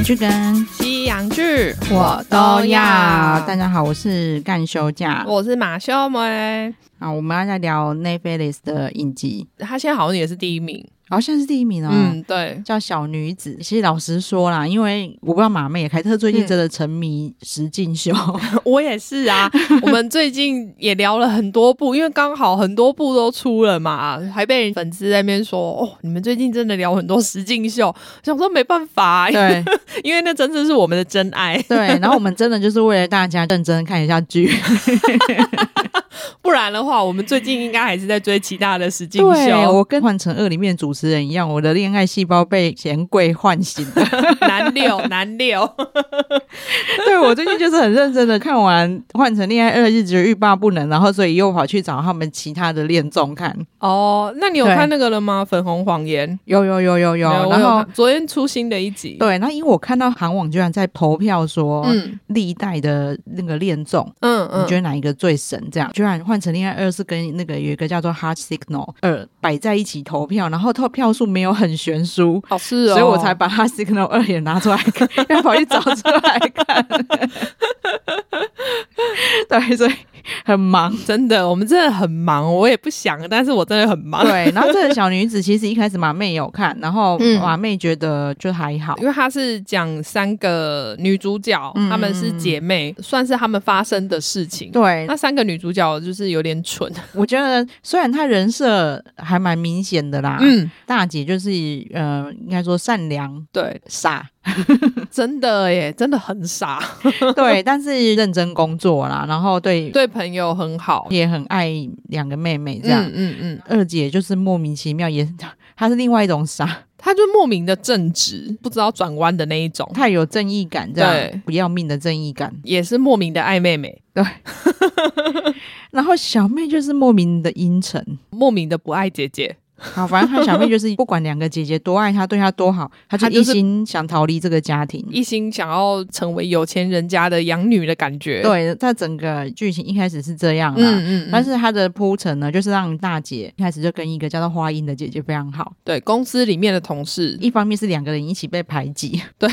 剧跟西洋剧我都要。大家好，我是干休假， 我是马秀梅。 好，我们要再聊 Netflix 的影集， 他现在好像也是第一名。 好像是第一名哦。 对， 叫小女子。其实老实说啦，因为我不知道马妹凯特最近真的沉迷实境秀， 我也是啊。我们最近也聊了很多部，因为刚好很多部都出了嘛，还被粉丝在那边说哦，你们最近真的聊很多实境秀，想说没办法， 对， 因为那真的是我们的真爱。 对，然后我们真的就是为了大家认真看一下剧。 不然的话，我们最近应该还是在追其他的实境秀。 对，我跟《换乘2》里面主持人一样，我的恋爱细胞被钱柜唤醒了。 难溜。 对，我最近就是很认真的看完《换乘恋爱2》，就觉得欲罢不能，然后所以又跑去找他们其他的恋综看。 哦，那你有看那个了吗？粉红谎言。 有，然后昨天出新的一集。 对，那因为我看到韩网居然在投票说，历代的那个恋综，你觉得哪一个最神？这样居然《换乘恋爱2》是跟那个有一个叫做《Heart Signal 2》摆在一起投票，然后票数没有很悬殊， 哦是哦， 所以我才把《Heart Signal 2》也拿出来看，然后跑去找出来看。对，所以很忙， 真的，我们真的很忙，我也不想，但是我真的很忙。 对，然后这个小女子其实一开始马妹也有看，然后马妹觉得就还好， 因为她是讲3个女主角，她们是姐妹，算是她们发生的事情。 对， 那3个女主角就是有点蠢。 我觉得虽然她人设还蛮明显的啦，大姐就是应该说善良， 对， 傻。 真的耶，真的很傻。 对，但是认真工作啦，然后对朋友很好， 也很爱2个妹妹这样。二姐就是莫名其妙，也她是另外一种傻， 她就莫名的正直，不知道转弯的那一种， 太有正义感，这样不要命的正义感， 也是莫名的爱妹妹。 对。然后小妹就是莫名的阴沉， 莫名的不爱姐姐。 好，反正他小妹就是不管2个姐姐多爱她，对她多好，她就一心想逃离这个家庭， 一心想要成为有钱人家的养女的感觉。 对，在整个剧情一开始是这样啦，但是她的铺陈呢，就是让大姐一开始就跟一个叫做花英的姐姐非常好。 对，公司里面的同事， 一方面是2个人一起被排挤， 对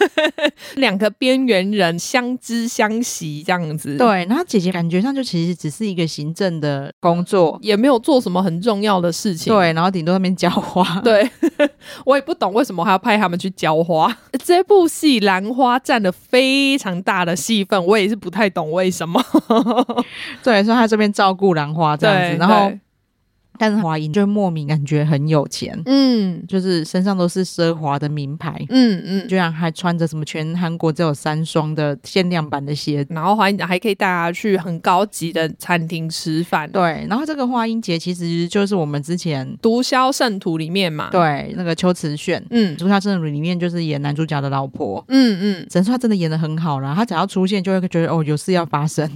，2个边缘人相知相惜这样子。 对，然后姐姐感觉上就其实只是一个行政的工作， 也没有做什么很重要的事情。 对。然后顶多那边浇花， 对。我也不懂为什么还要派他们去浇花。这部戏兰花占了非常大的戏份，我也是不太懂为什么。 对，所以他这边照顾兰花这样子，然后但是华英就莫名感觉很有钱，就是身上都是奢华的名牌，居然还穿着什么全韩国只有3双的限量版的鞋子， 然后华英还可以带他去很高级的餐厅吃饭。 对，然后这个花英节其实就是我们之前 《毒枭圣徒》里面嘛， 对，那个邱慈炫，毒枭圣徒里面就是演男主角的老婆，只能说他真的演得很好啦，他只要出现就会觉得哦有事要发生。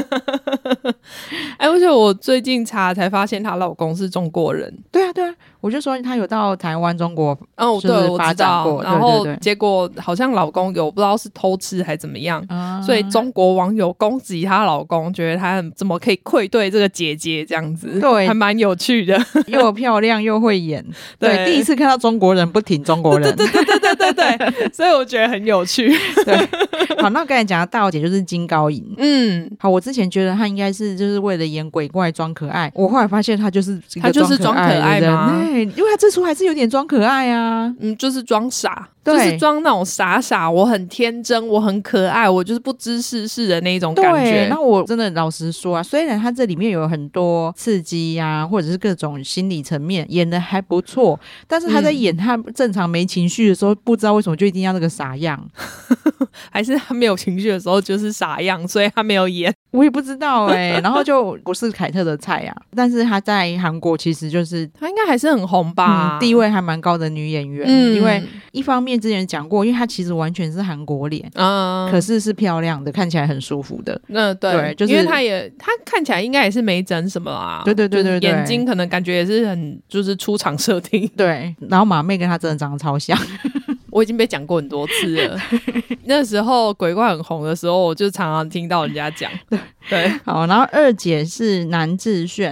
而且我最近查才发现她老公是中国人。 对啊，我就说他有到台湾中国对， 发展过， 然后结果好像老公有不知道是偷吃还怎么样，所以中国网友攻击她老公，觉得他怎么可以愧对这个姐姐这样子，对，还蛮有趣的， 又漂亮又会演。对，第一次看到中国人不挺中国人。 对，所以我觉得很有趣。 对，好，那刚才讲的大姐就是金高银，好，我之前觉得她应该是就是为了演鬼怪装可爱，我后来发现她就是装可爱吗？ 对，因为她这出还是有点装可爱啊， 就是装傻，就是装那种傻，我很天真，我很可爱，我就是不知世事的那种感觉。 对，那我真的老实说啊，虽然她这里面有很多刺激啊，或者是各种心理层面演得还不错，但是她在演她正常没情绪的时候，不知道为什么就一定要那个傻样。 还是他没有情绪的时候就是傻样，所以他没有演， 我也不知道然后就不是凯特的菜啊，但是他在韩国其实就是他应该还是很红吧， 地位还蛮高的女演员，因为一方面之前讲过，因为她其实完全是韩国脸，可是漂亮的，看起来很舒服的。对，就是因为她看起来应该也是没整什么啊， 对， 眼睛可能感觉也是很就是出场设定， 对，然后马妹跟她真的长得超像。 我已经被讲过很多次了。那时候鬼怪很红的时候，我就常常听到人家讲。对， 好，然后二姐是南智炫，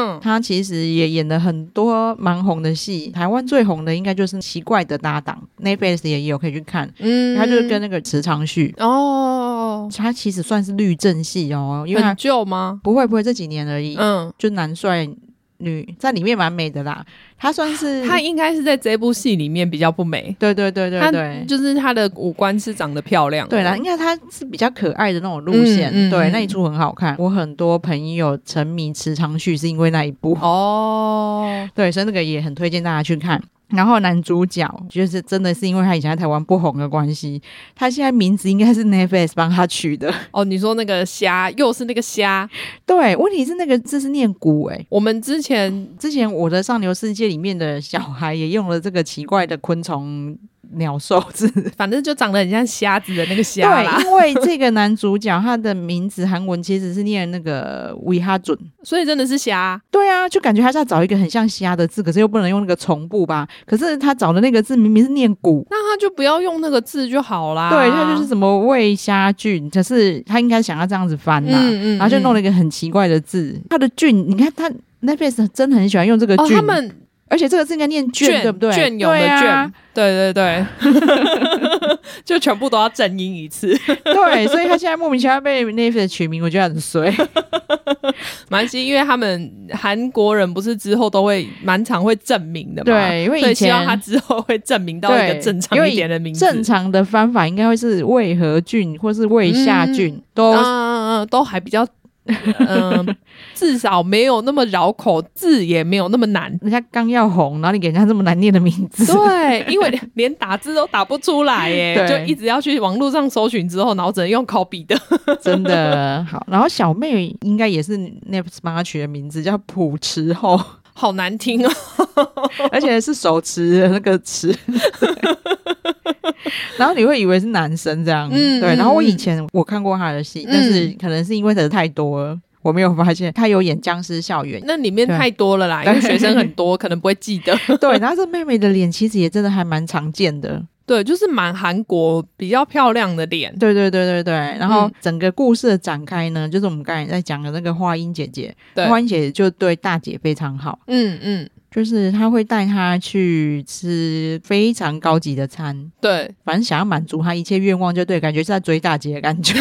他其实也演了很多蛮红的戏，台湾最红的应该就是《奇怪的搭档》，Netflix 也有可以去看。他就是跟那个池昌旭他其实算是律政戏哦，因为很旧吗？ 不会，这几年而已。就男帅女在里面蛮美的啦。他算是他应该是在这部戏里面比较不美。 对， 就是他的五官是长得漂亮的。 对啦，应该他是比较可爱的那种路线。对，那一出很好看。我很多朋友沉迷池昌旭是因为那一部对，所以那个也很推荐大家去看。然后男主角就是真的是因为他以前在台湾不红的关系，他现在名字应该是 Netflix 帮他取的。 你说那个虾，又是那个虾。 对，问题是那个字是念骨我们之前我的上流世界里面的小孩也用了这个奇怪的昆虫鸟兽字， 反正就长得很像瞎子的那个瞎啦。 对，因为这个男主角他的名字韩文其实是念那个维哈准， 所以真的是瞎。 对啊，就感觉他是要找一个很像瞎的字，可是又不能用那个虫部吧，可是他找的那个字明明是念骨， 那他就不要用那个字就好啦。 对，他就是什么魏虾俊，可是他应该想要这样子翻啦，然后就弄了一个很奇怪的字。他的俊，你看他 Netflix 真的很喜欢用这个俊， 他们而且这个字应该念卷，对不对？ 隽永的隽，对就全部都要正音一次。 对，所以他现在莫名其妙被 Netflix 取名，我觉得很衰。 蛮是因为他们韩国人不是之后都会蛮常会正名的嘛？ 对，因为以前所以希望他之后会正名到一个正常一点的名字。 正常的方法应该会是魏和俊或是魏夏俊， 都还比较。至少没有那么绕口，字也没有那么难。 人家刚要红，然后你给人家这么难念的名字。 对，因为连打字都打不出来耶，就一直要去网络上搜寻之后，然后只能用 copy 的。真的好，然后小妹应该也是 Netflix 帮她取的名字，叫朴持厚， 好难听哦， 而且是手持的那个持。然后你会以为是男生这样，对。然后我以前我看过他的戏，但是可能是因为的太多了，我没有发现他有演僵尸校园， 那里面太多了啦，因为学生很多，可能不会记得。 对，然后这妹妹的脸其实也真的还蛮常见的。 对，就是蛮韩国比较漂亮的脸。 对。然后整个故事的展开呢，就是我们刚才在讲的那个花英姐姐，花英姐姐就对大姐非常好。就是她会带她去吃非常高级的餐， 对， 反正想要满足她一切愿望就对，感觉是在追大姐的感觉。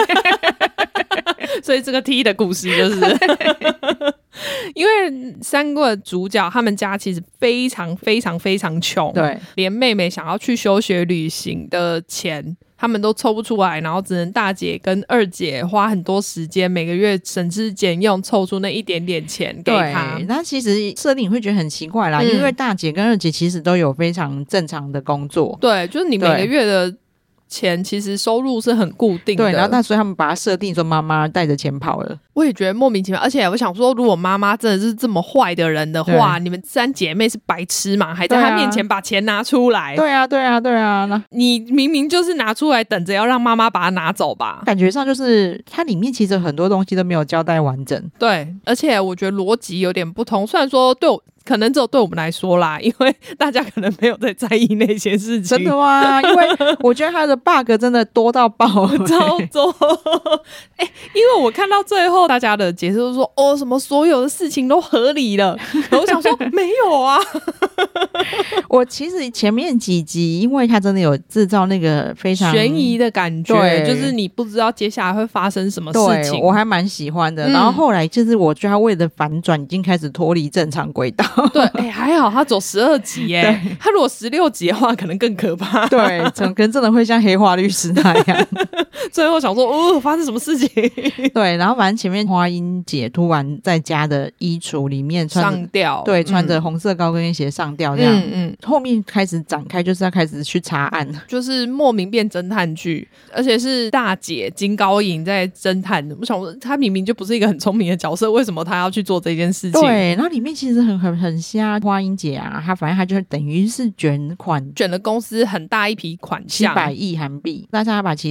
所以这个 T 的故事就是因为三个主角他们家其实非常非常非常穷， 对， 连妹妹想要去休学旅行的钱他们都抽不出来，然后只能大姐跟二姐花很多时间，每个月省吃俭用凑出那一点点钱给她。 对，那其实设定会觉得很奇怪啦，因为大姐跟二姐其实都有非常正常的工作。 对，就是你每个月的钱其实收入是很固定的。 对，然后所以他们把它设定说妈妈带着钱跑了。 我也觉得莫名其妙，而且我想说，如果妈妈真的是这么坏的人的话，你们三姐妹是白痴嘛？还在她面前把钱拿出来？ 对啊， 你明明就是拿出来等着要让妈妈把它拿走吧？ 感觉上就是它里面其实很多东西都没有交代完整。 对，而且我觉得逻辑有点不通。虽然说可能只有对我们来说啦，因为大家可能没有在在意那些事情。 真的吗？因为我觉得他的 bug 真的多到爆， 超多。因为我看到最后大家的解释都说什么所有的事情都合理了，然后我想说没有啊。 我其实前面几集因为他真的有制造那个非常悬疑的感觉，就是你不知道接下来会发生什么事情， 我还蛮喜欢的。然后后来就是我觉得他为了反转已经开始脱离正常轨道。 对，还好他走12集耶，他如果16集的话可能更可怕。 对，可能真的会像黑化律师那样。 最后想说发生什么事情。 对，然后反正前面花英姐突然在家的衣橱里面上吊， 对，穿着红色高跟鞋上吊这样。后面开始展开就是要开始去查案，就是莫名变侦探剧，而且是大姐金高银在侦探。我想说她明明就不是一个很聪明的角色，为什么她要去做这件事情？ 对，然后里面其实很瞎。花英姐啊，她反正她就等于是卷了公司很大一笔款项 700亿韩币，但是她把其中20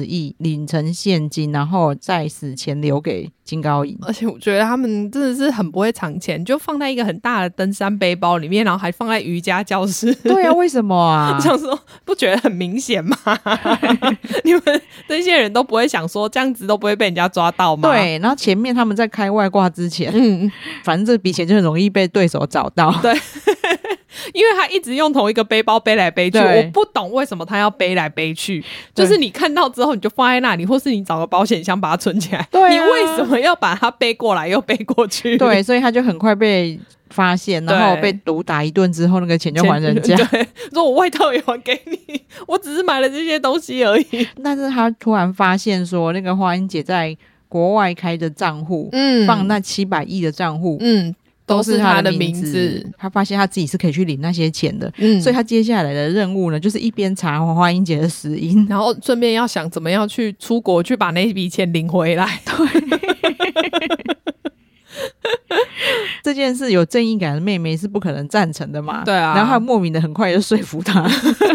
亿领成现金，然后在死前留给金高银。 而且我觉得他们真的是很不会藏钱，就放在一个很大的登山背包里面，然后还放在瑜伽教室。 对啊，为什么啊？ 想说不觉得很明显吗？你们这些人都不会想说这样子都不会被人家抓到吗？ 对，然后前面他们在开外挂之前，反正这笔钱就很容易被对手找到。 对。因为他一直用同一个背包背来背去，我不懂为什么他要背来背去，就是你看到之后你就放在那里，或是你找个保险箱把它存起来。对、你为什么要把它背过来又背过去？ 对，所以他就很快被发现，然后被毒打一顿之后，那个钱就还人家。 对，说我外套也还给你，我只是买了这些东西而已。 但是他突然发现说，那个花英姐在国外开的账户，放那700亿的账户，都是他的名字。他发现他自己是可以去领那些钱的，所以他接下来的任务呢，就是一边查花英姐的死因， 然后顺便要想怎么样去出国去把那笔钱领回来。 对。这件事有正义感的妹妹是不可能赞成的嘛？ 对啊。 然后他莫名的很快就说服他。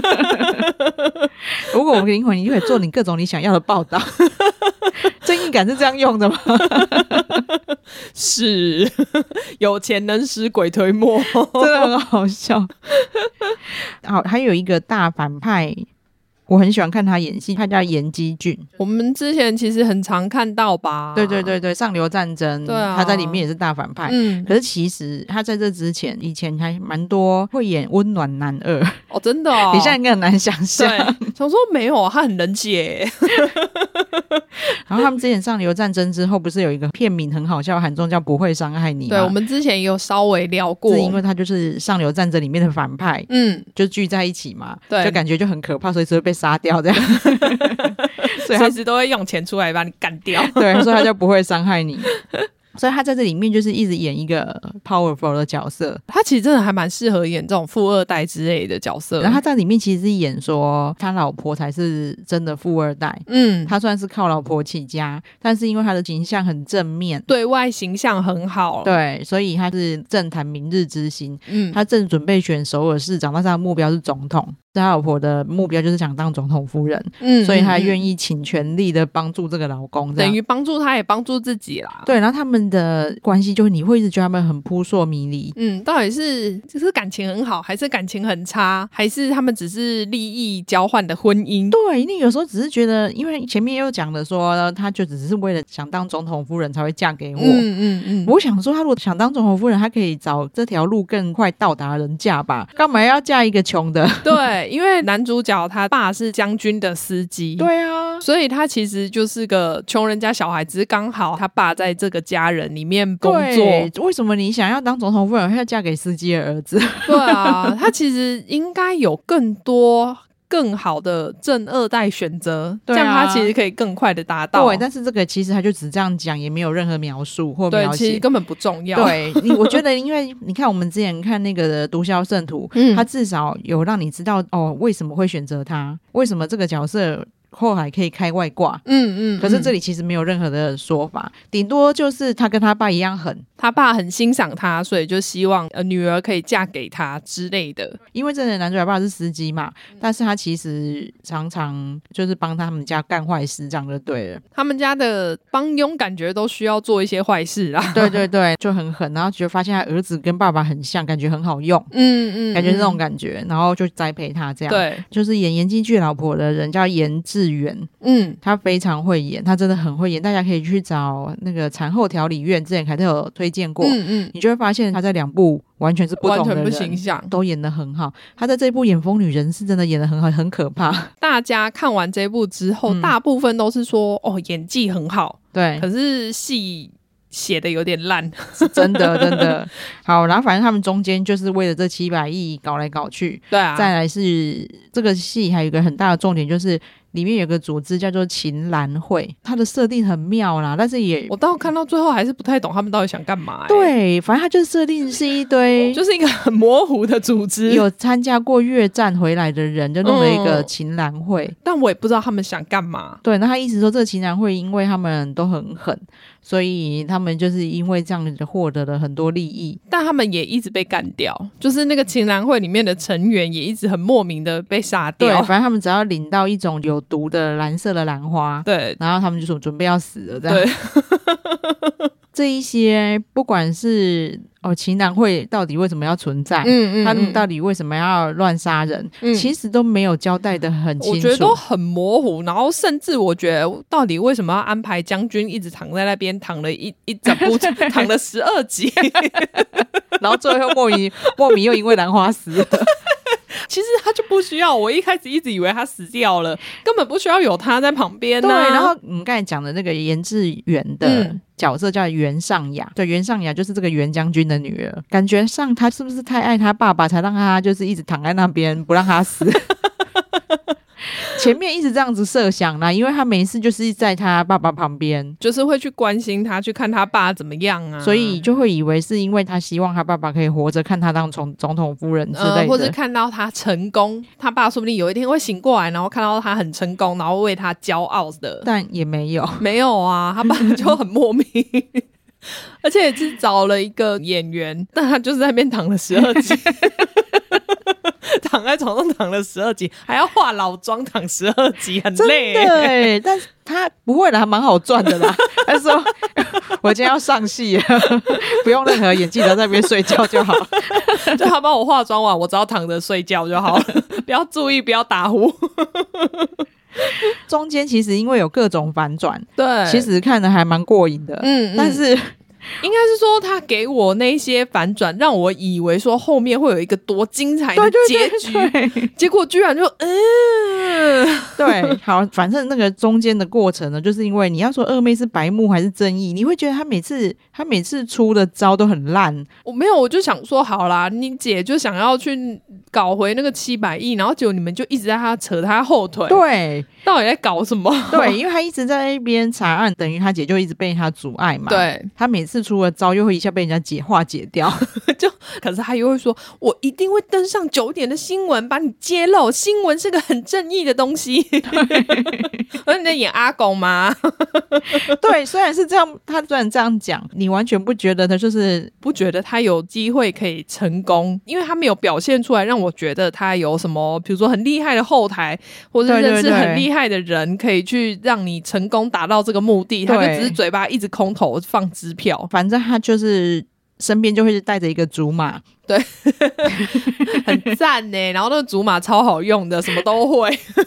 如果我灵魂，你就可以做你各种你想要的报道。正义感是这样用的吗？ 是，有钱能使鬼推磨。 真的很好笑。好，还有一个大反派，我很喜欢看他演戏，他叫严基俊。 我们之前其实很常看到吧？ 对对对对，上流战争，对啊，他在里面也是大反派。可是其实他在这之前，以前还蛮多会演温暖男二。 哦，真的哦， 你现在应该很难想象。对， 想说没有，他很冷血。 然后他们之前上流战争之后，不是有一个片名很好笑，韩中叫不会伤害你吗？ 对，我们之前也有稍微聊过， 是因为他就是上流战争里面的反派，就聚在一起嘛，对，就感觉就很可怕，所以只会被杀掉这样。 所以随时都会用钱出来把你干掉。 对，所以他就不会伤害你。所以他在这里面就是一直演一个 powerful 的角色， 他其实真的还蛮适合演这种富二代之类的角色。 然后他在里面其实是演说他老婆才是真的富二代，他算是靠老婆起家，但是因为他的形象很正面， 对外形象很好， 对，所以他是政坛明日之星。他正准备选首尔市长，但是他的目标是总统，他老婆的目标就是想当总统夫人，所以他愿意倾全力的帮助这个老公， 等于帮助他也帮助自己啦。 对，然后他们的关系就是你会一直觉得他们很扑朔迷离， 到底是就是感情很好，还是感情很差，还是他们只是利益交换的婚姻？ 对，你有时候只是觉得，因为前面又讲的说，他就只是为了想当总统夫人才会嫁给我。我想说，他如果想当总统夫人，他可以找这条路更快到达人家吧？干嘛要嫁一个穷的？ 对，因为男主角他爸是将军的司机， 对啊， 所以他其实就是个穷人家小孩，只是刚好他爸在这个家人里面工作。 为什么你想要当总统夫人，要嫁给司机的儿子？ 对啊，他其实应该有更多更好的正二代选择，这样他其实可以更快的达到。 对，但是这个其实他就只这样讲，也没有任何描述或描写， 对，其实根本不重要。 对，我觉得因为你看我们之前看那个毒枭圣徒，他至少有让你知道为什么会选择他，为什么这个角色后来可以开外挂。可是这里其实没有任何的说法，顶多就是他跟他爸一样狠， 他爸很欣赏他，所以就希望女儿可以嫁给他之类的。 因为这个男主角爸是司机嘛，但是他其实常常就是帮他们家干坏事，这样就对了。 他们家的帮佣感觉都需要做一些坏事啊。 对对对，就很狠，然后就发现他儿子跟爸爸很像，感觉很好用。感觉是那种感觉，然后就栽培他这样。对，就是演严基俊老婆的人叫严志远，他非常会演，他真的很会演，大家可以去找那个产后调理院，之前凯特有推荐过，你就会发现他在2部完全是不同的人， 完全不形象， 都演得很好。他在这部演疯女人是真的演得很好，很可怕。 大家看完这部之后，大部分都是说演技很好， 对， 可是戏写的有点烂。 是真的真的。好，然后反正他们中间就是为了这700亿搞来搞去。对啊，再来是这个戏还有一个很大的重点，就是里面有个组织叫做秦兰会，它的设定很妙啦，但是我到看到最后还是不太懂他们到底想干嘛。 对，反正它就设定是一堆就是一个很模糊的组织， 有参加过越战回来的人就弄了一个秦兰会， 但我也不知道他们想干嘛。 对，那他意思说这个秦兰会因为他们都很狠，所以他们就是因为这样子获得了很多利益， 但他们也一直被干掉，就是那个秦兰会里面的成员也一直很莫名的被杀掉。 对，反正他们只要领到一种有毒的蓝色的兰花， 对， 然后他们就说准备要死了这样。 对这一些不管是情男会到底为什么要存在，他们到底为什么要乱杀人，其实都没有交代的很清楚， 我觉得都很模糊。然后甚至我觉得到底为什么要安排将军一直躺在那边躺了一整部躺了12集然后最后莫名又因为兰花死了其实他就不需要，我一开始一直以为他死掉了，根本不需要有他在旁边啊。 对，然后我们刚才讲的那个严志远的角色叫袁尚雅，对，袁尚雅就是这个袁将军的女儿，感觉上他是不是太爱他爸爸，才让他就是一直躺在那边不让他死前面一直这样子设想啦，因为他每次就是在他爸爸旁边， 就是会去关心他，去看他爸怎么样啊， 所以就会以为是因为他希望他爸爸可以活着看他当总统夫人之类的， 或者看到他成功，他爸说不定有一天会醒过来，然后看到他很成功，然后为他骄傲的。 但也没有啊，他爸就很莫名而且也是找了一个演员，但他就是在那边躺了12集躺在床上躺了12集，还要化老妆躺12集，很累真的耶但是他不会啦，还蛮好赚的啦他说我今天要上戏了不用任何演技，只要在那边睡觉就好就他帮我化妆完，我只要躺着睡觉就好了不要注意，不要打呼中间其实因为有各种反转， 对， 其实看的还蛮过瘾的，但是应该是说他给我那些反转让我以为说后面会有一个多精彩的结局， 对对对对结果居然就对，好，反正那个中间的过程呢，就是因为你要说二妹是白目还是正义，你会觉得他每次出的招都很烂。 我没有，我就想说好啦，你姐就想要去搞回那个700亿，然后结果你们就一直在他扯他后腿， 对， 到底在搞什么？ 对，因为他一直在那边查案，等于他姐就一直被他阻碍嘛。 对， 他每次出了招又会一下被人家化解掉可是他又会说我一定会登上9点的新闻把你揭露，新闻是个很正义的东西而你在演阿公吗对，虽然是这样，他虽然这样讲，你完全不觉得他就是不觉得他有机会可以成功，因为他没有表现出来让我觉得他有什么比如说很厉害的后台，或者认识很厉害的人可以去让你成功达到这个目的，他就只是嘴巴一直空头放支票， 反正他就是身边就会带着一个竹马， 对很赞耶，然后那个竹马超好用的，什么都会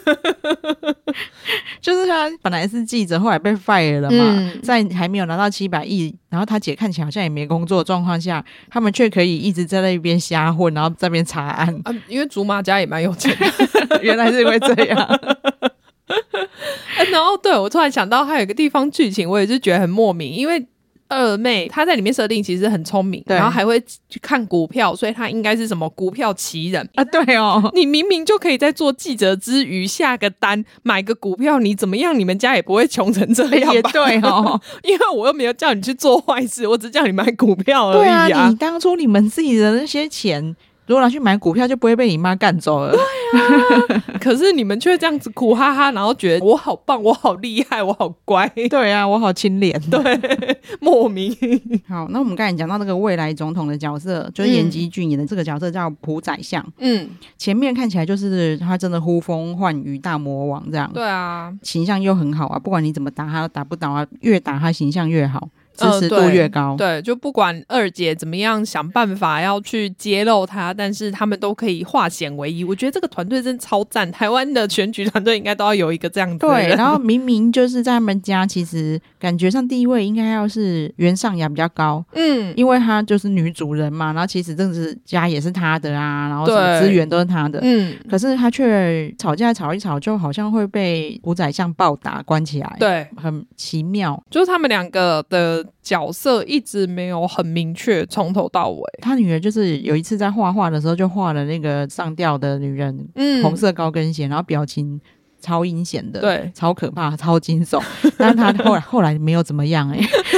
就是他本来是记者后来被 fire 了嘛，在还没有拿到700亿，然后他姐看起来好像也没工作的状况下，他们却可以一直在那边瞎混，然后在那边查案因为竹马家也蛮有钱的原来是因为这样然后对，我突然想到还有一个地方剧情我也是觉得很莫名，因为二妹她在里面设定其实很聪明，然后还会去看股票，所以她应该是什么股票奇人啊？对哦， 你明明就可以在做记者之余下个单买个股票，你怎么样你们家也不会穷成这样吧？ 也对哦因为我又没有叫你去做坏事，我只叫你买股票而已啊。 对啊，你当初你们自己的那些钱如果拿去买股票就不会被你妈干走了。 对啊可是你们却这样子苦哈哈，然后觉得我好棒，我好厉害，我好乖。 对啊，我好清廉。 对，莫名。 好，那我们刚才讲到那个未来总统的角色，就是严基俊演的这个角色叫朴宰相。前面看起来就是他真的呼风唤雨大魔王这样。 对啊， 形象又很好啊，不管你怎么打他都打不倒啊，越打他形象越好，支持度越高。 对，就不管二姐怎么样想办法要去揭露他，但是他们都可以化险为夷。我觉得这个团队真的超赞，台湾的选举团队应该都要有一个这样子的人。 对，然后明明就是在他们家，其实感觉上地位应该要是袁尚雅比较高，因为她就是女主人嘛，然后其实政治家也是她的啊，然后什么资源都是她的，可是她却吵架吵一吵，就好像会被朴宰相暴打关起来， 对， 很奇妙， 就是他们两个的角色一直没有很明确，从头到尾。 他女儿就是有一次在画画的时候就画了那个上吊的女人，红色高跟鞋，然后表情超阴险的， 对， 超可怕，超惊悚。但是他后来没有怎么样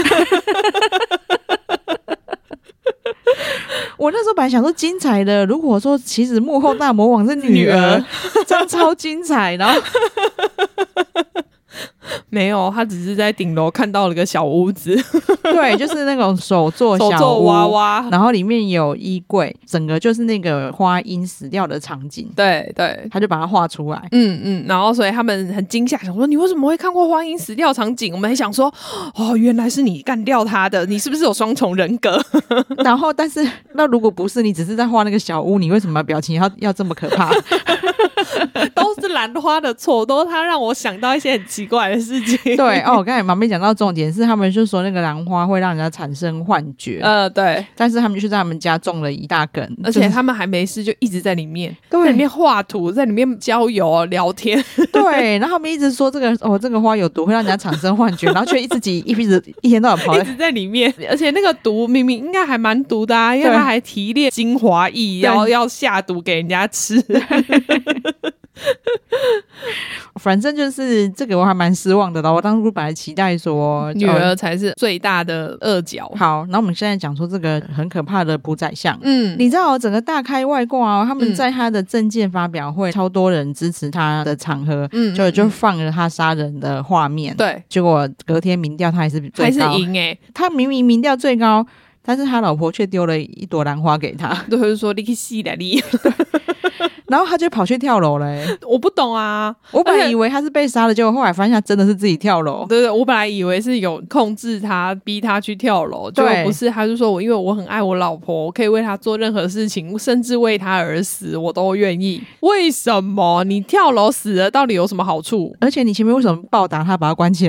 我那时候本来想说精彩的，如果说其实幕后大魔王是女儿这样超精彩，然后没有，他只是在顶楼看到了个小屋子对，就是那种手做小屋， 手做娃娃， 然后里面有衣柜，整个就是那个花婴死掉的场景。 对对， 他就把它画出来。 然后所以他们很惊吓，想说你为什么会看过花婴死掉场景？我们还想说原来是你干掉他的，你是不是有双重人格？ 然后但是那如果不是，你只是在画那个小屋，你为什么表情要这么可怕？ 都是兰花的错，都是他让我想到一些很奇怪的事情。 对我刚才旁边讲到重点是，他们就说那个兰花会让人家产生幻觉。 对。 但是他们就在他们家种了一大根， 而且他们还没事就一直在里面，在里面画图，在里面郊游聊天。 对，然后他们一直说这个花有毒，会让人家产生幻觉，然后却一天到晚跑一直在里面，而且那个毒明明应该还蛮毒的啊，因为他还提炼精华液，要下毒给人家吃。 反正就是这个我还蛮失望的了。我当初本来期待说女儿才是最大的恶角。 好，那我们现在讲说这个很可怕的朴宰相。你知道整个大开外挂他们在他的政见发表会，超多人支持他的场合，就放了他杀人的画面。 对， 结果隔天民调他还是最高， 还是赢他明明民调最高，但是他老婆却丢了一朵兰花给他， 就是说你去死啦你。 然后他就跑去跳楼了我不懂啊， 我本来以为他是被杀了，结果后来发现他真的是自己跳楼。 对，我本来以为是有控制他逼他去跳楼，结果不是，他就说因为我很爱我老婆，我可以为他做任何事情，甚至为他而死我都愿意。为什么你跳楼死了到底有什么好处？ 而且你前面为什么报答他把他关起来？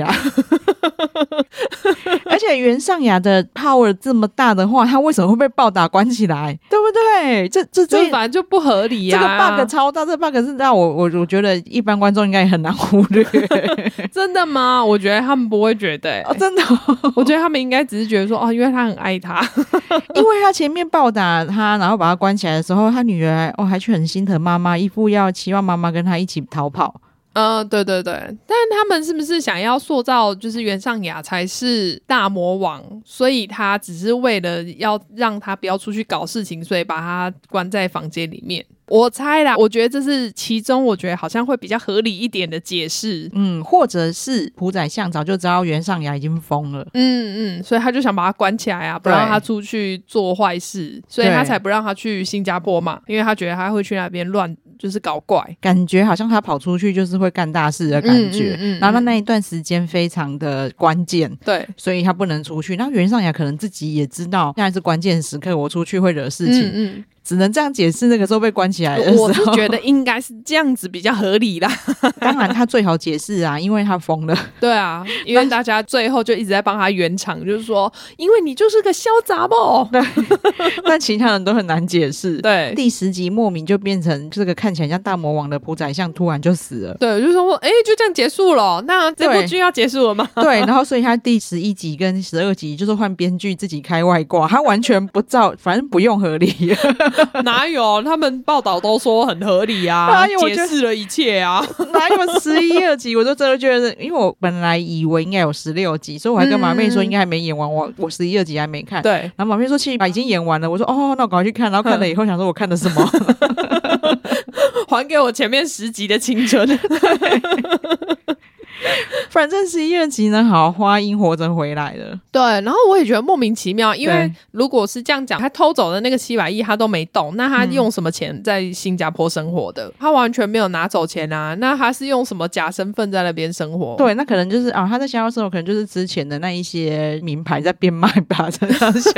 而且袁尚雅的 power 这么大的话，他为什么会被暴打关起来？对不对？这反正就不合理啊！ 这个 bug 超大，这个 bug 是让我觉得一般观众应该也很难忽略。 真的吗？我觉得他们不会觉得真的我觉得他们应该只是觉得说因为他很爱他。 因为他前面暴打他，然后把他关起来的时候，他女儿还去很心疼妈妈，一副要期望妈妈跟他一起逃跑。 对对对，但他们是不是想要塑造就是袁尚雅才是大魔王，所以他只是为了要让他不要出去搞事情，所以把他关在房间里面？我猜啦，我觉得这是其中我觉得好像会比较合理一点的解释。 或者是朴宰相早就知道袁尚雅已经疯了， 所以他就想把他关起来啊，不让他出去做坏事，所以他才不让他去新加坡嘛，因为他觉得他会去那边乱就是搞怪， 感觉好像他跑出去就是会干大事的感觉。然后那一段时间非常的关键， 对， 所以他不能出去。然后袁尚雅可能自己也知道现在是关键时刻，我出去会惹事情，只能这样解释那个时候被关起来的时候。 我是觉得应该是这样子比较合理啦。 当然他最好解释啊，因为他疯了。 对啊，因为大家最后就一直在帮他圆场，就是说因为你就是个小杂毛。 对，但其他人都很难解释。 对， 第10集莫名就变成这个看起来像大魔王的朴宰相突然就死了。 对，就说就这样结束了，那这部剧要结束了吗？ 对，然后所以他第11集跟12集就是换编剧自己开外挂，他完全不照，反正不用合理。 哪有？他们报道都说很合理啊，解释了一切啊。 哪有11、2集？我就真的觉得，因为我本来以为应该有16集，所以我还跟马妹说应该还没演完，我11、2集还没看。 对， 然后马妹说7、8已经演完了，我说那我赶快去看。然后看了以后想说我看的什么？ 还给我前面10集的青春。 反正11、2集呢，好，花婴活着回来了。 对，然后我也觉得莫名其妙，因为如果是这样讲，他偷走的那个700亿他都没动，那他用什么钱在新加坡生活的？他完全没有拿走钱啊，那他是用什么假身份在那边生活？ 对，那可能就是他在新加坡生活，可能就是之前的那一些名牌在变卖吧，这样想。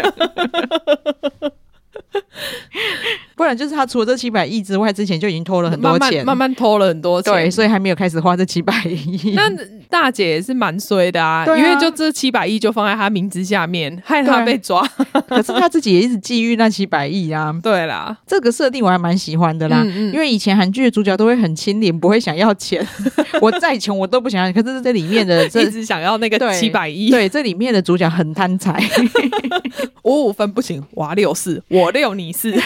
不然就是他除了这700亿之外，之前就已经偷了很多钱， 慢慢偷了很多钱。 对，所以还没有开始花这700亿。 那大姐也是蛮衰的啊，因为就这700亿就放在他名字下面，害他被抓。 可是他自己也一直觊觎那700亿啊。 对啦， 这个设定我还蛮喜欢的啦，因为以前韩剧的主角都会很清廉，不会想要钱。我再穷我都不想要，可是这里面的一直想要那个700亿。 对，这里面的主角很贪财。 55分不行，我64，我6你4。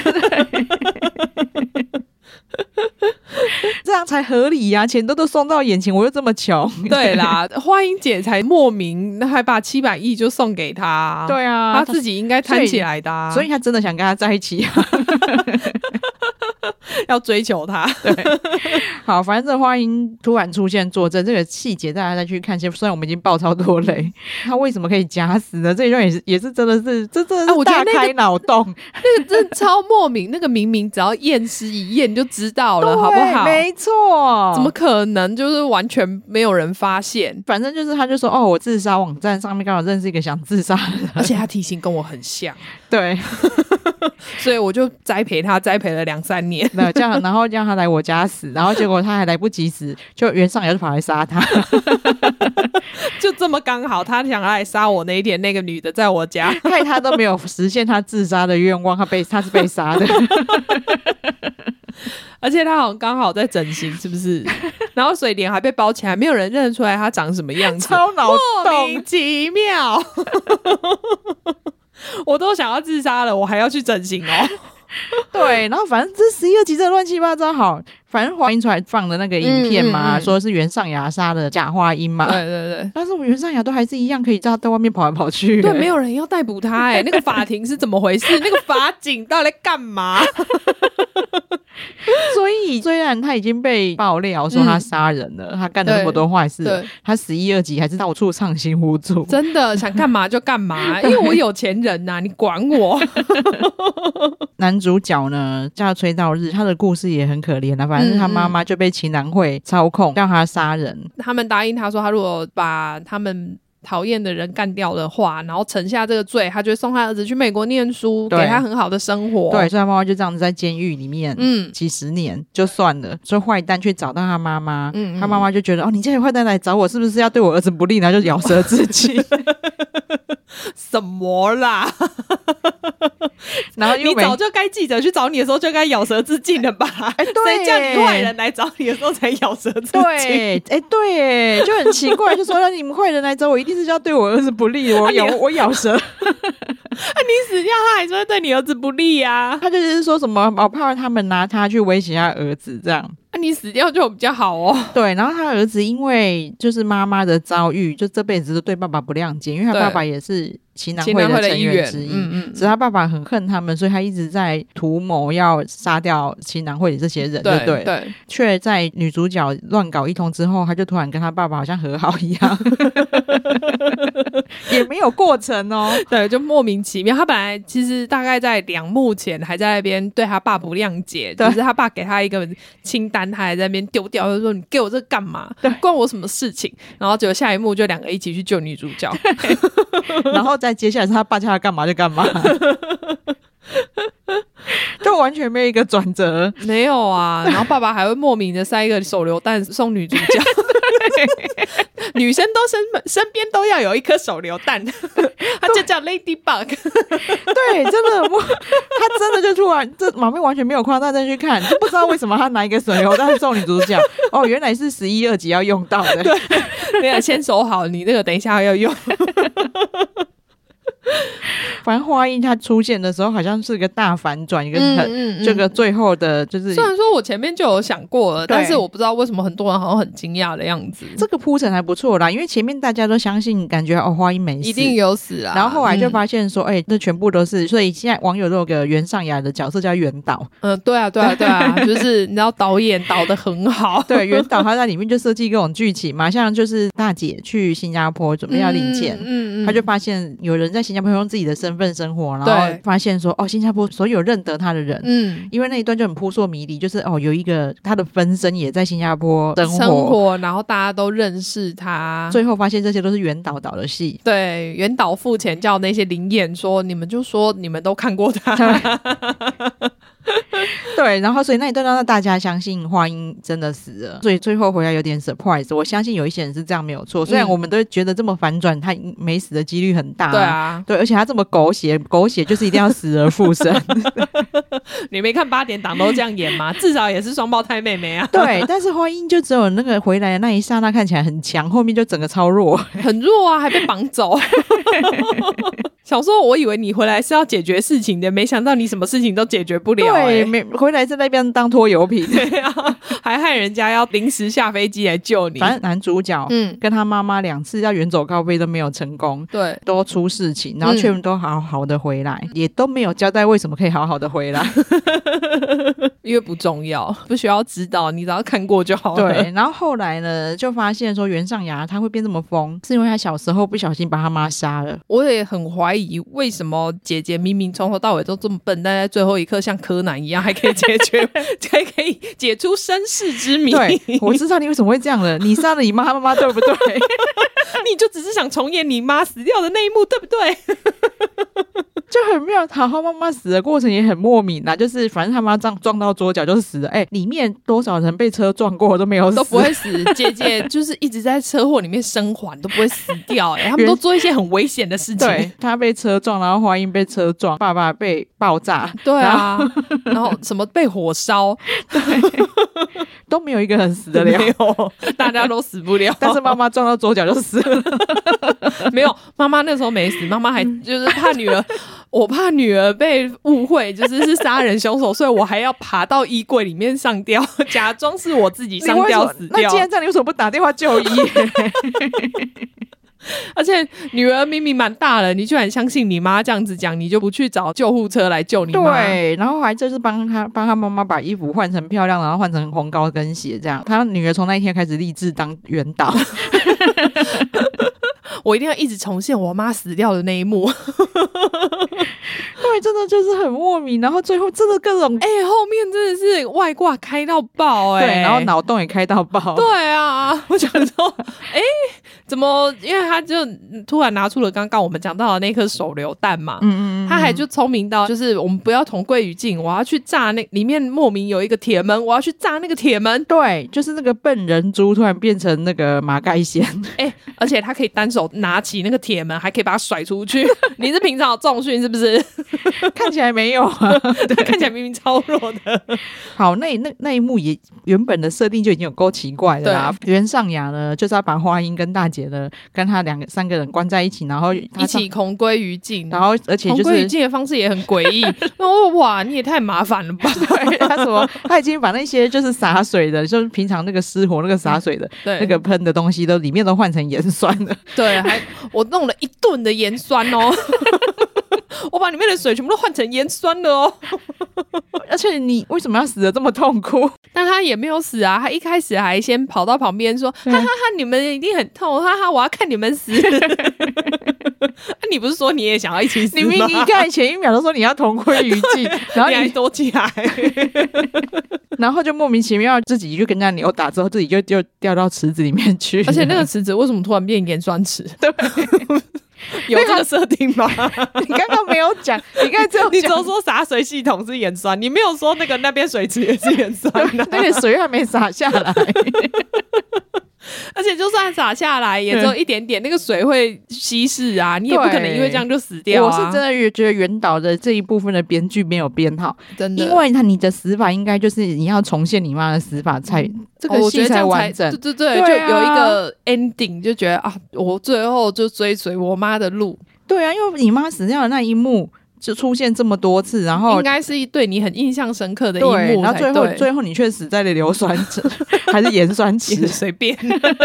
这样才合理呀，钱都送到眼前，我又这么穷。 对啦，花英姐才莫名还把700亿就送给他。 对啊， 他自己应该贪起来的啊， 所以他真的想跟他在一起啊。 要追求他。 对，好，反正这花英突然出现作证，这个细节大家再去看。虽然我们已经爆超多雷，他为什么可以假死呢？这一段也是真的是，这真的是大开脑洞。 那个真的超莫名，那个明明只要验尸一验就知道了，好不好？ 没错， 怎么可能？就是完全没有人发现。 反正就是他就说我自杀网站上面刚好认识一个想自杀的人， 而且他体型跟我很像。 对。 所以我就栽培他，栽培了2-3年。 这样，然后让他来我家死，然后结果他还来不及死，就袁尚雅就跑来杀他。 就这么刚好，他想来杀我那一天，那个女的在我家， 害他都没有实现他自杀的愿望，他是被杀的。 而且他好像刚好在整形，是不是？然后所以脸还被包起来，没有人认得出来他长什么样子， 超脑洞， 莫名其妙。我都想要自杀了，我还要去整形哦。 对，然后反正这11、2集真的乱七八糟。好，反正花英出来放的那个影片嘛，说是袁尚雅杀的假花英嘛。 对对对， 但是我们袁尚雅都还是一样可以在外面跑来跑去。 对，没有人要逮捕他。那个法庭是怎么回事？那个法警到底在干嘛？ 所以虽然他已经被爆料说他杀人了，他干了那么多坏事，他11、2集还是到处畅行无阻， 真的想干嘛就干嘛，因为我有钱人啊，你管我。 男主角呢叫崔道日，他的故事也很可怜啊，反正他妈妈就被秦南会操控让他杀人， 他们答应他说他如果把他们讨厌的人干掉的话，然后承下这个罪，他就会送他儿子去美国念书，给他很好的生活。 对，所以他妈妈就这样子在监狱里面几十年就算了，所以坏蛋却找到他妈妈，他妈妈就觉得你这些坏蛋来找我是不是要对我儿子不利，然后就咬舌自尽。 什么啦？ 然后你早就该记者去找你的时候就该咬舌自尽了吧？谁叫你坏人来找你的时候才咬舌自尽？ 对，对，就很奇怪，就说让你们坏人来找我，一定是要对我儿子不利，我咬舌。 你死掉，他还是会对你儿子不利啊。 他就是说什么我怕他们拿他去威胁他儿子这样。 你死掉就比较好哦。 对，然后他儿子因为就是妈妈的遭遇，就这辈子都对爸爸不谅解，因为他爸爸也是秦南会的成员之一，只是他爸爸很恨他们，所以他一直在图谋要杀掉秦南会的这些人，对，却在女主角乱搞一通之后，他就突然跟他爸爸好像和好一样。也没有过程哦。 对，就莫名其妙。他本来其实大概在2幕前还在那边对他爸不谅解，只是他爸给他一个清单，他还在那边丢掉，就说你给我这个干嘛？关我什么事情？然后结果下一幕就2个一起去救女主角， 然后再接下来是他爸叫他干嘛就干嘛。就完全没有一个转折， 没有啊。然后爸爸还会莫名的塞一个手榴弹送女主角。女生都身边都要有一颗手榴弹，它就叫 Ladybug。 对，真的他真的就突然这马妹完全没有夸大再去看，就不知道为什么他拿一个手榴弹送女主角。原来是11、2集要用到的。 对，没有先守好，你那个等一下要用。 反正花英他出现的时候好像是个大反转，一个这个最后的就是虽然说我前面就有想过了，但是我不知道为什么很多人好像很惊讶的样子。 这个铺陈还不错啦，因为前面大家都相信感觉花英没死， 一定有死啊， 然后后来就发现说这全部都是，所以现在网友都有个袁尚雅的角色叫袁导。 对啊就是你知道导演导得很好。 对，袁导他在里面就设计各种剧情嘛，像就是大姐去新加坡准备要领钱，他就发现有人在新加坡用自己的身份生活，然后发现说新加坡所有认得他的人，因为那一段就很扑朔迷离，就是有一个他的分身也在新加坡生活， 然后大家都认识他， 最后发现这些都是袁导导的戏。 对，袁导付钱叫那些灵演说你们就说你们都看过他。 对，然后所以那一段让大家相信花英真的死了，所以最后回来有点 surprise。 我相信有一些人是这样没有错，虽然我们都觉得这么反转他没死的几率很大， 对啊， 对，而且他这么狗血就是一定要死而复生。 你没看8点档都这样演吗？至少也是双胞胎妹妹啊。 对，但是花英就只有那个回来的那一刹那看起来很强，后面就整个超弱， 很弱啊，还被绑走。想说我以为你回来是要解决事情的，没想到你什么事情都解决不了。 对，回来在那边当拖油瓶。 对啊， 还害人家要临时下飞机来救你。 反正男主角跟他妈妈2次要远走高飞都没有成功， 对， 都出事情，然后却都好好的回来，也都没有交代为什么可以好好的回来。 因为不重要，不需要知道，你只要看过就好了。 对，然后后来呢，就发现说袁尚雅他会变这么疯，是因为他小时候不小心把他妈杀了。 我也很怀疑，为什么姐姐明明从头到尾都这么笨，但在最后一刻像柯南一样，还可以解决，还可以解出身世之谜。 对，我知道你为什么会这样了，你杀了你妈对不对？ 你就只是想重演你妈死掉的那一幕，对不对？ 就很妙，好好妈妈死的过程也很莫名啦，就是反正他妈撞到桌角就死了，里面多少人被车撞过都没有死， 都不会死。姐姐就是一直在车祸里面生还，都不会死掉。他们都做一些很危险的事情。 对，他被车撞，然后华英被车撞，爸爸被爆炸， 对啊，然后什么被火烧， 对，都没有一个人死得了， 没有，大家都死不了。 但是妈妈撞到桌角就死了。 没有，妈妈那时候没死，妈妈还就是怕女儿。我怕女儿被误会是杀人凶手，所以我还要爬到衣柜里面上吊，假装是我自己上吊死掉。 那既然这样，你为什么不打电话就医？ 而且女儿明明蛮大了，你居然相信你妈这样子讲，你就不去找救护车来救你妈？ 对，然后还就是帮他妈妈把衣服换成漂亮，然后换成红高跟鞋，这样他女儿从那一天开始立志当原导。 我一定要一直重现我妈死掉的那一幕。 对，真的就是很莫名，然后最后真的各种后面真的是外挂开到爆对，然后脑洞也开到爆。 对啊，我想说怎么因为他就突然拿出了刚刚我们讲到的那颗手榴弹嘛，他还就聪明到就是我们不要同归于尽，我要去炸那里面莫名有一个铁门，我要去炸那个铁门。 对，就是那个笨人猪突然变成那个马盖先。 而且他可以单手拿起那个铁门，还可以把它甩出去。你是平常有重训是不是？ 看起来没有啊。 对，看起来明明超弱的。好， 那一幕也原本的设定就已经有够奇怪的啦。袁尚雅呢，就是要把花英跟大姐呢跟他3个人关在一起，然后一起同归于尽。 然后而且就是同归于尽的方式也很诡异。哇，你也太麻烦了吧？ 对，他已经把那些就是洒水的，就是平常那个失火那个洒水的那个喷的东西里面都换成盐酸了。 对，我弄了1吨的盐酸哦。我把里面的水全部都换成盐酸了哦。 而且你为什么要死得这么痛苦？ 但他也没有死啊，他一开始还先跑到旁边说哈哈哈，你们一定很痛，哈哈，我要看你们死。你不是说你也想要一起死吗？ 你看前一秒都说你要同归于尽，然后你还躲起来。 然后就莫名其妙自己就跟人家扭打之后自己就掉到池子里面去。 而且那个池子为什么突然变盐酸池？对。有这个设定吗？ 你刚刚没有讲，你刚才只有你只有说洒水系统是盐酸，你没有说那边水池也是盐酸的。 那个水还没洒下来。 而且就算洒下来也只有一点点，那个水会稀释啊，你也不可能因为这样就死掉啊。 我是真的觉得原导的这一部分的编剧没有编好， 真的， 因为你的死法应该就是你要重现你妈的死法才这个戏才完整。 对，就有一个 ending， 就觉得啊，我最后就追随我妈的路。对啊，因为你妈死掉的那一幕就出现这么多次，然后应该是对你很印象深刻的一幕。 对，然后最后你却死在了硫酸池还是盐酸池， 随便。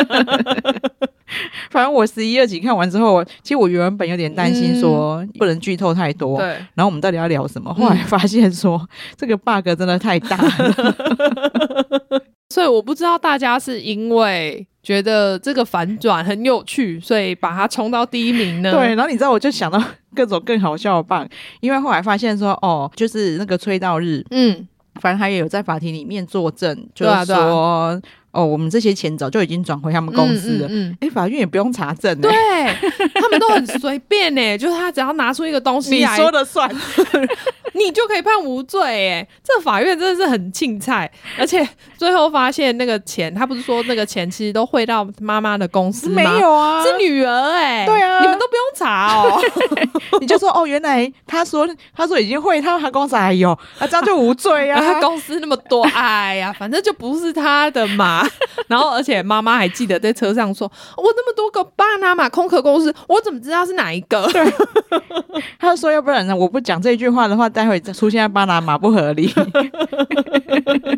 反正我11、2集看完之后，其实我原本有点担心说不能剧透太多，对。然后我们到底要聊什么？后来发现说这个 bug 真的太大了。 所以我不知道大家是因为觉得这个反转很有趣，所以把它冲到第1名呢？对， 然后你知道我就想到各种更好笑的 bug， 因为后来发现说就是那个崔道日，反正他也有在法庭里面作证，就是说我们这些钱早就已经转回他们公司了。法院也不用查证。 对，他们都很随便耶，就是他只要拿出一个东西来， 你说的算。 你就可以判无罪耶。这法院真的是很青菜。而且最后发现那个钱，他不是说那个钱其实都汇到妈妈的公司吗？ 没有啊， 是女儿耶。 对啊， 你们都不用查哦。 你就说原来他说已经汇他公司还有，这样就无罪啊。 他公司那么多，哎呀，反正就不是他的嘛。然后而且妈妈还记得在车上说，我那么多个巴拿马空壳公司，我怎么知道是哪一个？ 对。他说要不然呢，我不讲这句话的话，待会出现在巴拿马不合理。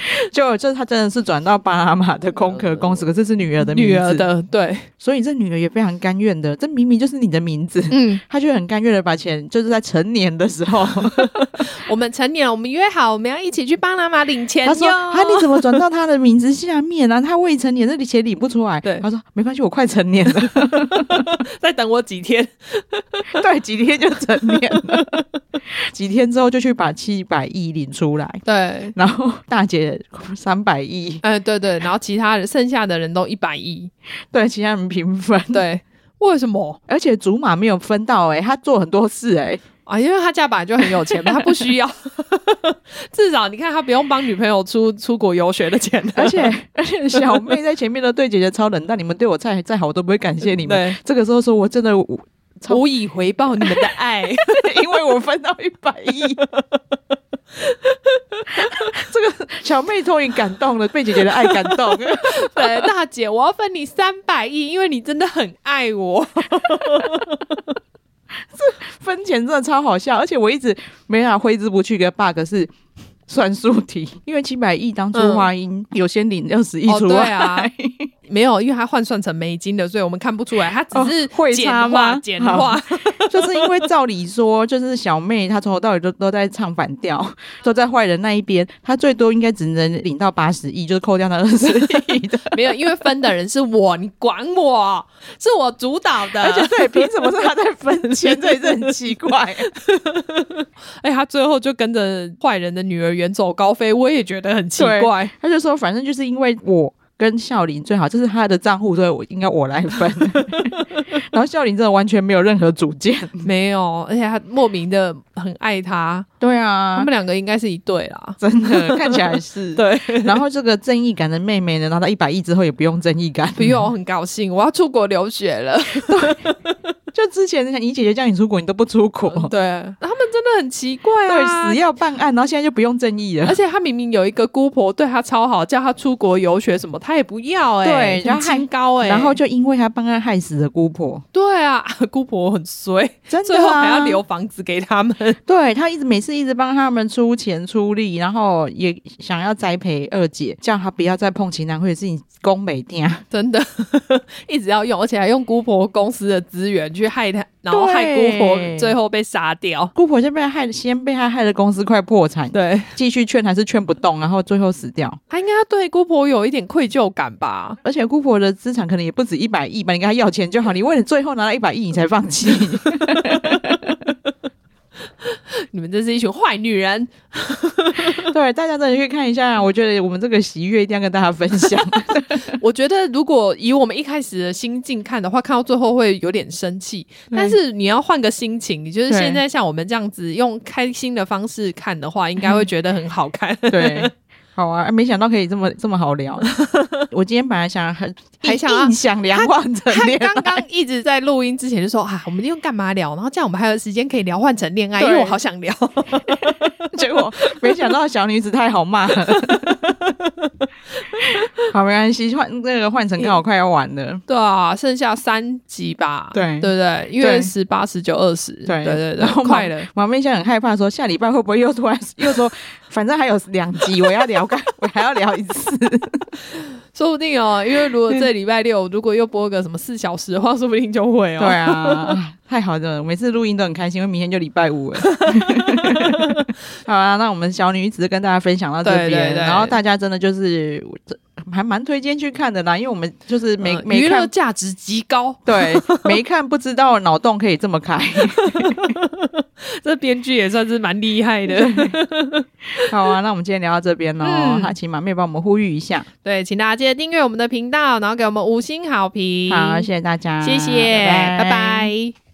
就他真的是转到巴拿马的空壳公司，可是是女儿的名字， 女儿的，对， 所以这女儿也非常甘愿的，这明明就是你的名字，她就很甘愿的把钱，就是在成年的时候， 我们成年了，我们约好我们要一起去巴拿马领钱哟。 他说你怎么转到他的名字下面啊？他未成年，这里钱领不出来。对，他说没关系，我快成年了， 再等我几天。 对，几天就成年了，几天之后就去把700亿领出来。 对， 然后大姐300亿， 对对，然后其他人剩下的人都100亿， 对，其他人平分。 对，为什么？ 而且祖玛没有分到他做很多事因为他家本来就很有钱嘛，他不需要。至少你看他不用帮女朋友出国游学的钱。 而且小妹在前面都对姐姐超冷淡，你们对我再好我都不会感谢你们。这个时候说我真的无以回报你们的爱。 因为我分到100亿。这个小妹终于感动了，被姐姐的爱感动。 对，大姐我要分你300亿，因为你真的很爱我。 这分钱真的超好笑，而且我一直没法挥之不去一个 bug 是算术题，因为700亿当初花英有先领20亿出来。 对啊，没有，因为它换算成美金的，所以我们看不出来，它只是简化。 就是因为照理说，就是小妹她从头到尾都在唱反调，都在坏人那一边，她最多应该只能领到80亿，就是扣掉那20亿的。 没有，因为分的人是我，你管我，是我主导的。 而且对，凭什么是他在分钱？这也是很奇怪。 他最后就跟着坏人的女儿远走高飞，我也觉得很奇怪。 他就说，反正就是因为我跟孝琳最好，这是他的账户，所以应该我来分。然后孝琳真的完全没有任何主见， 没有，而且他莫名的很爱他。 对啊， 他们两个应该是一对啦， 真的看起来是。 对， 然后这个正义感的妹妹呢，拿到100亿之后也不用正义感， 不用，很高兴，我要出国留学了。 就之前你姐姐叫你出国，你都不出国。 对，他们真的很奇怪啊， 对，死要办案，然后现在就不用正义了。 而且他明明有一个姑婆对他超好，叫他出国游学什么，他也不要。 对， 很清高然后就因为他办案害死了姑婆。 对啊，姑婆很衰， 真的最后还要留房子给他们。 对，他每次一直帮他们出钱出力，然后也想要栽培二姐，叫他不要再碰秦南会的事情，攻美店真的一直要用，而且还用姑婆公司的资源去害他，然后害姑婆最后被杀掉。 姑婆先被他害的公司快破产， 对， 继续劝还是劝不动，然后最后死掉。 他应该要对姑婆有一点愧疚感吧？ 而且姑婆的资产可能也不止100亿吧，你跟他要钱就好，你为了最后拿到100亿你才放弃。 你们真是一群坏女人。 对，大家真的可以看一下，我觉得我们这个喜悦一定要跟大家分享。 我觉得如果以我们一开始的心境看的话，看到最后会有点生气，但是你要换个心情，你就是现在像我们这样子用开心的方式看的话，应该会觉得很好看。 对，好啊，没想到可以这么好聊。我今天本来还想聊换成恋爱， 他刚刚一直在录音之前就说我们用干嘛聊，然后这样我们还有时间可以聊换成恋爱，因为我好想聊。 结果没想到小女子太好骂了。好，没关系，换成刚好快要完了。 对啊，剩下3集吧。对不对？因为18、19、20。对，然后快了。 马妹现在很害怕说下礼拜会不会又突然又说反正还有2集我还要聊一次。 说不定因为如果这礼拜6如果又播个什么4小时的话，说不定就会对啊，太好了，每次录音都很开心，因为明天就礼拜5了。好啊，那我们小女子跟大家分享到这边，对，然后大家真的就是还蛮推荐去看的啦，因为我们就是没看， 娱乐价值极高。 对，没看不知道脑洞可以这么开。 这编剧也算是蛮厉害的。 好啊，那我们今天聊到这边咯。请马妹帮我们呼吁一下。 对，请大家记得订阅我们的频道，然后给我们5星好评。 好，谢谢大家， 谢谢，拜拜。